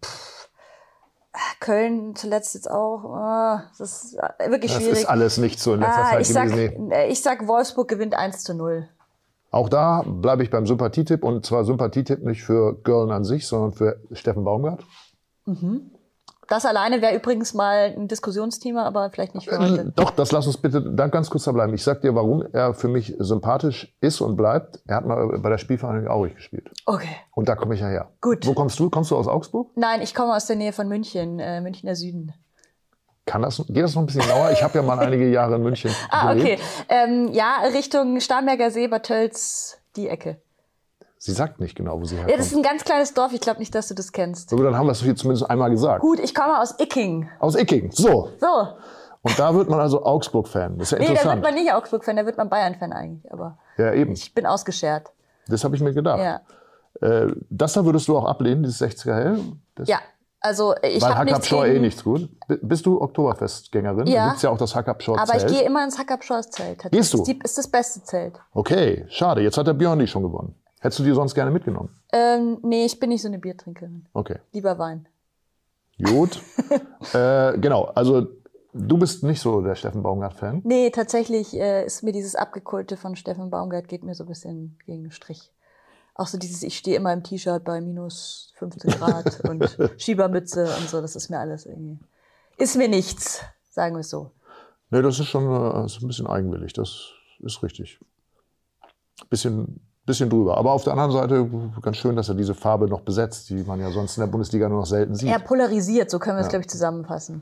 Köln zuletzt jetzt auch, das ist wirklich schwierig. Das ist alles nicht so in letzter Zeit gewesen. Ich sag, Wolfsburg gewinnt 1:0. Auch da bleibe ich beim Sympathietipp und zwar Sympathietipp nicht für Köln an sich, sondern für Steffen Baumgart. Mhm. Das alleine wäre übrigens mal ein Diskussionsthema, aber vielleicht nicht für heute. Doch, das lass uns bitte da ganz kurz da bleiben. Ich sag dir, warum er für mich sympathisch ist und bleibt. Er hat mal bei der Spielvereinigung Aurich gespielt. Okay. Und da komme ich ja her. Gut. Wo kommst du? Kommst du aus Augsburg? Nein, ich komme aus der Nähe von München, Münchner Süden. Geht das noch ein bisschen genauer? Ich habe ja mal einige Jahre in München gelebt. Okay. Ja, Richtung Starnberger See, Bad Tölz, die Ecke. Sie sagt nicht genau, wo sie herkommt. Ja, das ist ein ganz kleines Dorf. Ich glaube nicht, dass du das kennst. So, dann haben wir es hier zumindest einmal gesagt. Gut, ich komme aus Icking. Aus Icking, so. So. Und da wird man also Augsburg-Fan. Das ist ja Nee, da interessant. wird man nicht Augsburg-Fan, da wird man Bayern-Fan eigentlich. Aber Ja, eben. ich bin ausgeschert. Das habe ich mir gedacht. Ja. Das da würdest du auch ablehnen, dieses 60er Hell? Ja, also ich Weil habe nichts Hackabschor gegen... nichts gut. Bist du Oktoberfestgängerin? Ja. Da gibt es ja auch das Hackabschor-Zelt. Aber ich gehe immer ins Hackabschor-Zelt. Das Gehst du? ist das beste Zelt. Okay, schade. Jetzt hat der Björn die schon gewonnen. Hättest du die sonst gerne mitgenommen? Nee, ich bin nicht so eine Biertrinkerin. Okay. Lieber Wein. Gut. Genau, also du bist nicht so der Steffen Baumgart-Fan. Nee, tatsächlich ist mir dieses Abgekulte von Steffen Baumgart geht mir so ein bisschen gegen den Strich. Auch so dieses, ich stehe immer im T-Shirt bei minus 15 Grad und Schiebermütze und so, das ist mir alles irgendwie... Ist mir nichts, sagen wir es so. Nee, das ist schon ein bisschen eigenwillig, das ist richtig. Bisschen drüber. Aber auf der anderen Seite ganz schön, dass er diese Farbe noch besetzt, die man ja sonst in der Bundesliga nur noch selten sieht. Er polarisiert, so können wir es, glaube ich, zusammenfassen.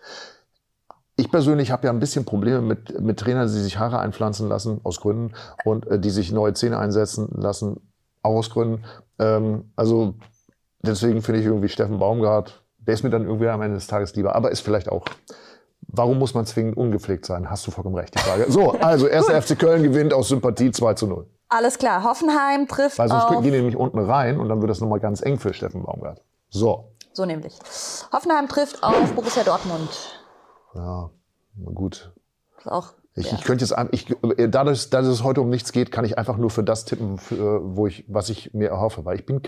Ich persönlich habe ja ein bisschen Probleme mit Trainern, die sich Haare einpflanzen lassen, aus Gründen, und die sich neue Zähne einsetzen lassen, auch aus Gründen. Also deswegen finde ich irgendwie Steffen Baumgart, der ist mir dann irgendwie am Ende des Tages lieber, aber ist vielleicht auch... Warum muss man zwingend ungepflegt sein? Hast du vollkommen recht, die Frage. So, also 1. FC Köln gewinnt aus Sympathie 2:0. Alles klar, Hoffenheim trifft Weil sonst auf... gehen die nämlich unten rein und dann wird das nochmal ganz eng für Steffen Baumgart. So. So nämlich. Hoffenheim trifft auf Borussia Dortmund. Ja, na gut. Das ist auch... Ich könnte jetzt, dadurch, dass es heute um nichts geht, kann ich einfach nur für das tippen, was ich mir erhoffe. Weil ich bin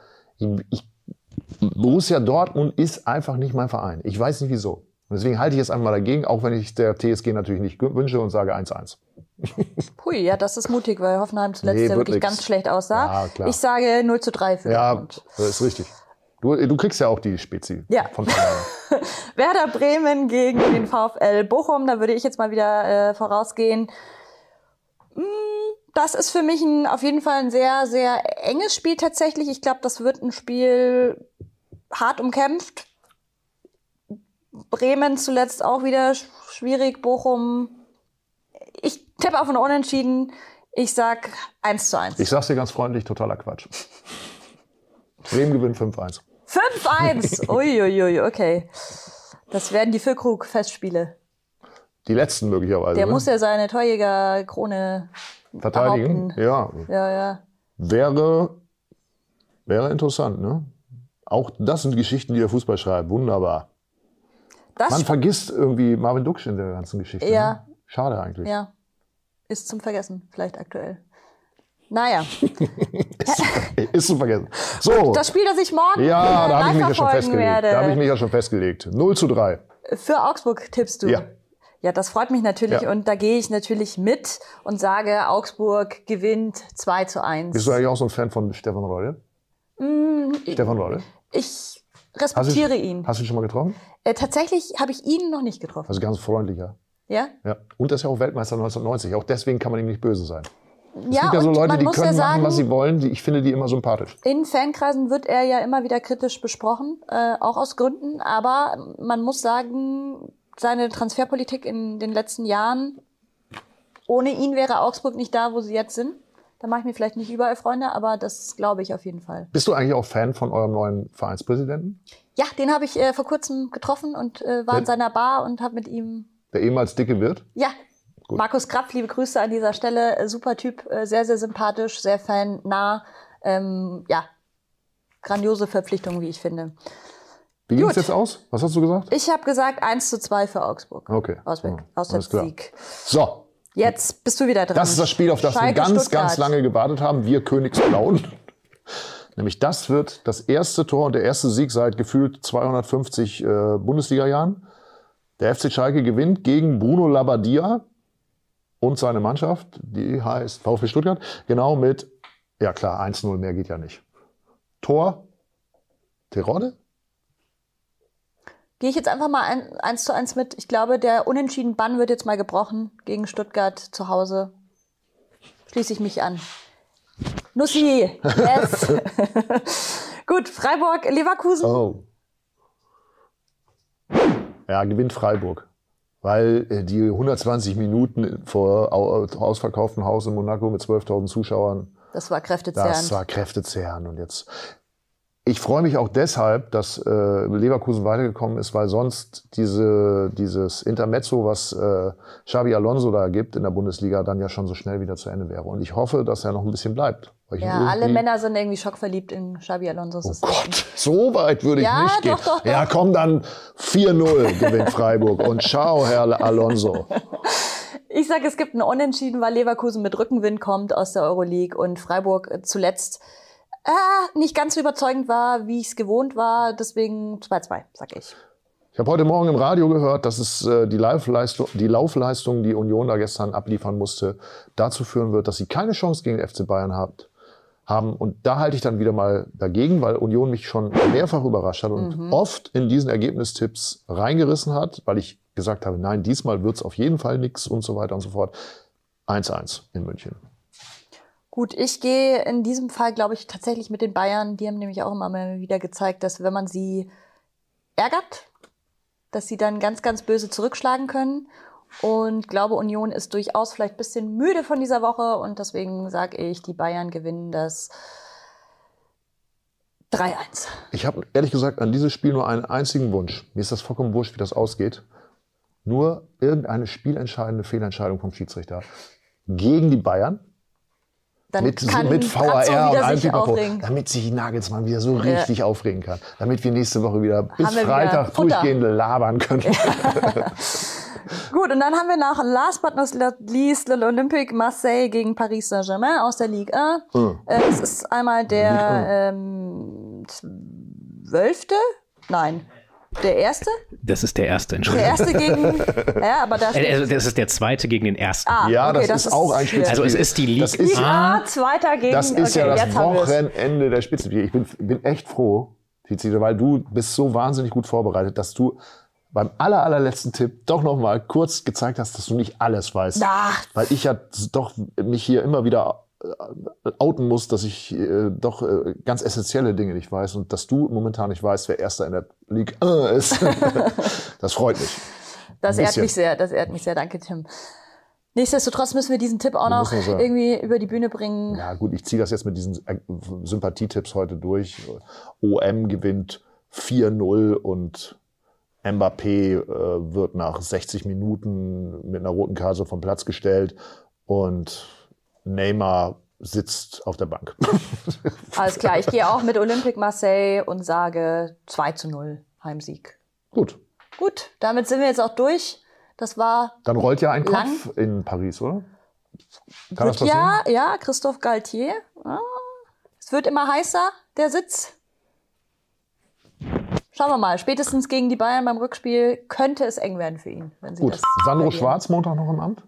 Borussia Dortmund ist einfach nicht mein Verein. Ich weiß nicht wieso. Und deswegen halte ich jetzt einfach mal dagegen, auch wenn ich der TSG natürlich nicht wünsche und sage 1:1. Hui, ja, das ist mutig, weil Hoffenheim zuletzt ja wirklich nix. ganz schlecht aussah. Ja, klar. Ich sage 0:3 für Dortmund. Ja, das ist richtig. Du kriegst ja auch die Spezi von Bayern. Werder Bremen gegen den VfL Bochum, da würde ich jetzt mal wieder vorausgehen. Das ist für mich auf jeden Fall ein sehr, sehr enges Spiel tatsächlich. Ich glaube, das wird ein Spiel hart umkämpft. Bremen zuletzt auch wieder schwierig, Bochum. Ich tippe auf ein Unentschieden. Ich sag 1:1. Ich sag's dir ganz freundlich, totaler Quatsch. Bremen gewinnt 5:1. 5:1! Uiuiui, okay. Das werden die Füllkrug-Festspiele. Die letzten möglicherweise. Der muss ja seine Torjäger-Krone verteidigen. Behaupten. Ja. Wäre interessant, ne? Auch das sind Geschichten, die der Fußball schreibt. Wunderbar. Man vergisst irgendwie Marvin Duksch in der ganzen Geschichte. Ja. Ne? Schade eigentlich. Ja. Ist zum Vergessen, vielleicht aktuell. Naja. Ist zu vergessen. So. Das Spiel, das ich morgen da habe ich mich ja schon festgelegt. werde. Da habe ich mich ja schon festgelegt. 0:3. Für Augsburg tippst du? Ja. Ja, das freut mich natürlich und da gehe ich natürlich mit und sage, Augsburg gewinnt 2:1. Bist du eigentlich auch so ein Fan von Stefan Rolle? Stefan Rolle? Ich respektiere ihn. Hast du ihn schon mal getroffen? Tatsächlich habe ich ihn noch nicht getroffen. Also ganz freundlicher. Ja? Ja. Und er ist ja auch Weltmeister 1990. Auch deswegen kann man ihm nicht böse sein. Es gibt ja so und Leute, man die muss können ja sagen, machen, was sie wollen. Ich finde die immer sympathisch. in Fankreisen wird er ja immer wieder kritisch besprochen, auch aus Gründen. Aber man muss sagen, seine Transferpolitik in den letzten Jahren, ohne ihn wäre Augsburg nicht da, wo sie jetzt sind. Da mache ich mir vielleicht nicht überall Freunde, aber das glaube ich auf jeden Fall. Bist du eigentlich auch Fan von eurem neuen Vereinspräsidenten? Ja, den habe ich vor kurzem getroffen und war in seiner Bar und habe mit ihm... Der ehemals Dicke Wirt? Ja, Gut. Markus Krapf, liebe Grüße an dieser Stelle. Super Typ, sehr, sehr sympathisch, sehr fannah. Ja, grandiose Verpflichtung, wie ich finde. Wie ging es jetzt aus? Was hast du gesagt? Ich habe gesagt 1:2 für Augsburg. Okay. Auswärtssieg. So, Jetzt bist du wieder dran. das ist das Spiel, auf das wir Schalke, ganz, Stuttgart. ganz lange gewartet haben. Wir Königsblauen. Nämlich das wird das erste Tor und der erste Sieg seit gefühlt 250 Bundesliga-Jahren. Der FC Schalke gewinnt gegen Bruno Labbadia und seine Mannschaft, die heißt VfB Stuttgart, genau mit, ja klar, 1:0, mehr geht ja nicht. Tor, Terodde? Gehe ich jetzt einfach mal 1:1 mit. Ich glaube, der unentschieden Bann wird jetzt mal gebrochen gegen Stuttgart zu Hause. Schließe ich mich an. Nussi, yes. Gut, Freiburg, Leverkusen. Oh. Ja, gewinnt Freiburg. Weil die 120 Minuten vor ausverkauftem Haus in Monaco mit 12.000 Zuschauern, Das war kräftezehrend. das war kräftezehrend. Und jetzt, ich freue mich auch deshalb, dass Leverkusen weitergekommen ist, weil sonst dieses Intermezzo, was Xabi Alonso da gibt in der Bundesliga, dann ja schon so schnell wieder zu Ende wäre. Und ich hoffe, dass er noch ein bisschen bleibt. Weil ich Ja, alle Männer sind irgendwie schockverliebt in Xabi Alonso. Oh Gott, so weit würde ich Ja, nicht gehen. doch. Ja, komm, dann 4:0 gewinnt Freiburg. Und ciao, Herr Alonso. Ich sage, es gibt ein Unentschieden, weil Leverkusen mit Rückenwind kommt aus der Euroleague und Freiburg zuletzt nicht ganz so überzeugend war, wie ich es gewohnt war. Deswegen 2:2, sag ich. Ich habe heute Morgen im Radio gehört, dass es die Laufleistung, die Union da gestern abliefern musste, dazu führen wird, dass sie keine Chance gegen den FC Bayern haben. Und da halte ich dann wieder mal dagegen, weil Union mich schon mehrfach überrascht hat und oft in diesen Ergebnistipps reingerissen hat, weil ich gesagt habe, nein, diesmal wird es auf jeden Fall nichts und so weiter und so fort. 1:1 in München. Gut, ich gehe in diesem Fall, glaube ich, tatsächlich mit den Bayern. Die haben nämlich auch immer mal wieder gezeigt, dass wenn man sie ärgert, dass sie dann ganz, ganz böse zurückschlagen können. Und glaube, Union ist durchaus vielleicht ein bisschen müde von dieser Woche. Und deswegen sage ich, die Bayern gewinnen das 3:1. Ich habe ehrlich gesagt an dieses Spiel nur einen einzigen Wunsch. Mir ist das vollkommen wurscht, wie das ausgeht. Nur irgendeine spielentscheidende Fehlentscheidung vom Schiedsrichter gegen die Bayern. Dann Mit kann VAR Brazzo und wieder allem sich Pipapo, aufregen. damit sich Nagelsmann wieder so richtig aufregen kann. Damit wir nächste Woche wieder bis Haben wir wieder Freitag Futter. durchgehend labern können. Gut, und dann haben wir noch last but not least Olympique Marseille gegen Paris Saint-Germain aus der Ligue 1. Das ist einmal der 12. Nein, der erste? Das ist der erste, Der Entschuldigung. erste gegen... Ja, aber da steht... Also das ist der zweite gegen den ersten. Ja, okay, das ist auch ein schwierig. Spitzenspiel. Also es ist die Ligue Das ist, Zweiter gegen... das ist ja okay, das jetzt haben wir's. Wochenende der Spitzenspiele. Ich bin echt froh, Tizide, weil du bist so wahnsinnig gut vorbereitet, dass du beim allerletzten Tipp doch noch mal kurz gezeigt hast, dass du nicht alles weißt. Ach. Weil ich ja doch mich hier immer wieder outen muss, dass ich doch ganz essentielle Dinge nicht weiß und dass du momentan nicht weißt, wer Erster in der Ligue 1 ist. Das freut mich. Das Ein ehrt bisschen. mich sehr, danke Tim. Nichtsdestotrotz müssen wir diesen Tipp auch noch Müssen wir so. irgendwie über die Bühne bringen. Ja gut, ich ziehe das jetzt mit diesen Sympathietipps heute durch. OM gewinnt 4:0 und Mbappé wird nach 60 Minuten mit einer roten Karte vom Platz gestellt und Neymar sitzt auf der Bank. Alles klar, ich gehe auch mit Olympique Marseille und sage 2:0 Heimsieg. Gut, Gut, damit sind wir jetzt auch durch. Das war dann rollt ja ein Lang. Kopf in Paris, oder? Kann das passieren? ja, Christophe Galtier. Ah, es wird immer heißer, der Sitz. Schauen wir mal, spätestens gegen die Bayern beim Rückspiel könnte es eng werden für ihn. Wenn sie Gut, das Sandro verlieren. Schwarz Montag noch im Amt?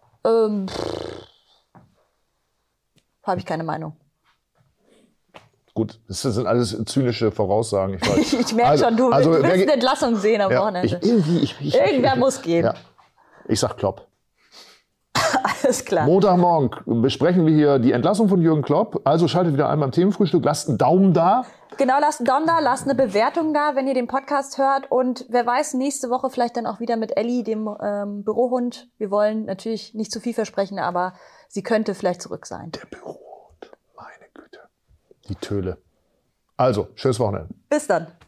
Habe ich keine Meinung. Gut, das sind alles zynische Voraussagen. Ich weiß. Ich merke schon, du willst wer eine ge- Entlassung sehen am ja, Wochenende. Irgendwer Muss gehen. Ja. Ich sag Klopp. Alles klar. Montagmorgen besprechen wir hier die Entlassung von Jürgen Klopp. Also schaltet wieder ein beim Themenfrühstück. Lasst einen Daumen da. Genau, lasst einen Daumen da, lasst eine Bewertung da, wenn ihr den Podcast hört. Und wer weiß, nächste Woche vielleicht dann auch wieder mit Elli, dem Bürohund. Wir wollen natürlich nicht zu viel versprechen, aber sie könnte vielleicht zurück sein. Der Bürohund, meine Güte. Die Töle. Also, schönes Wochenende. Bis dann.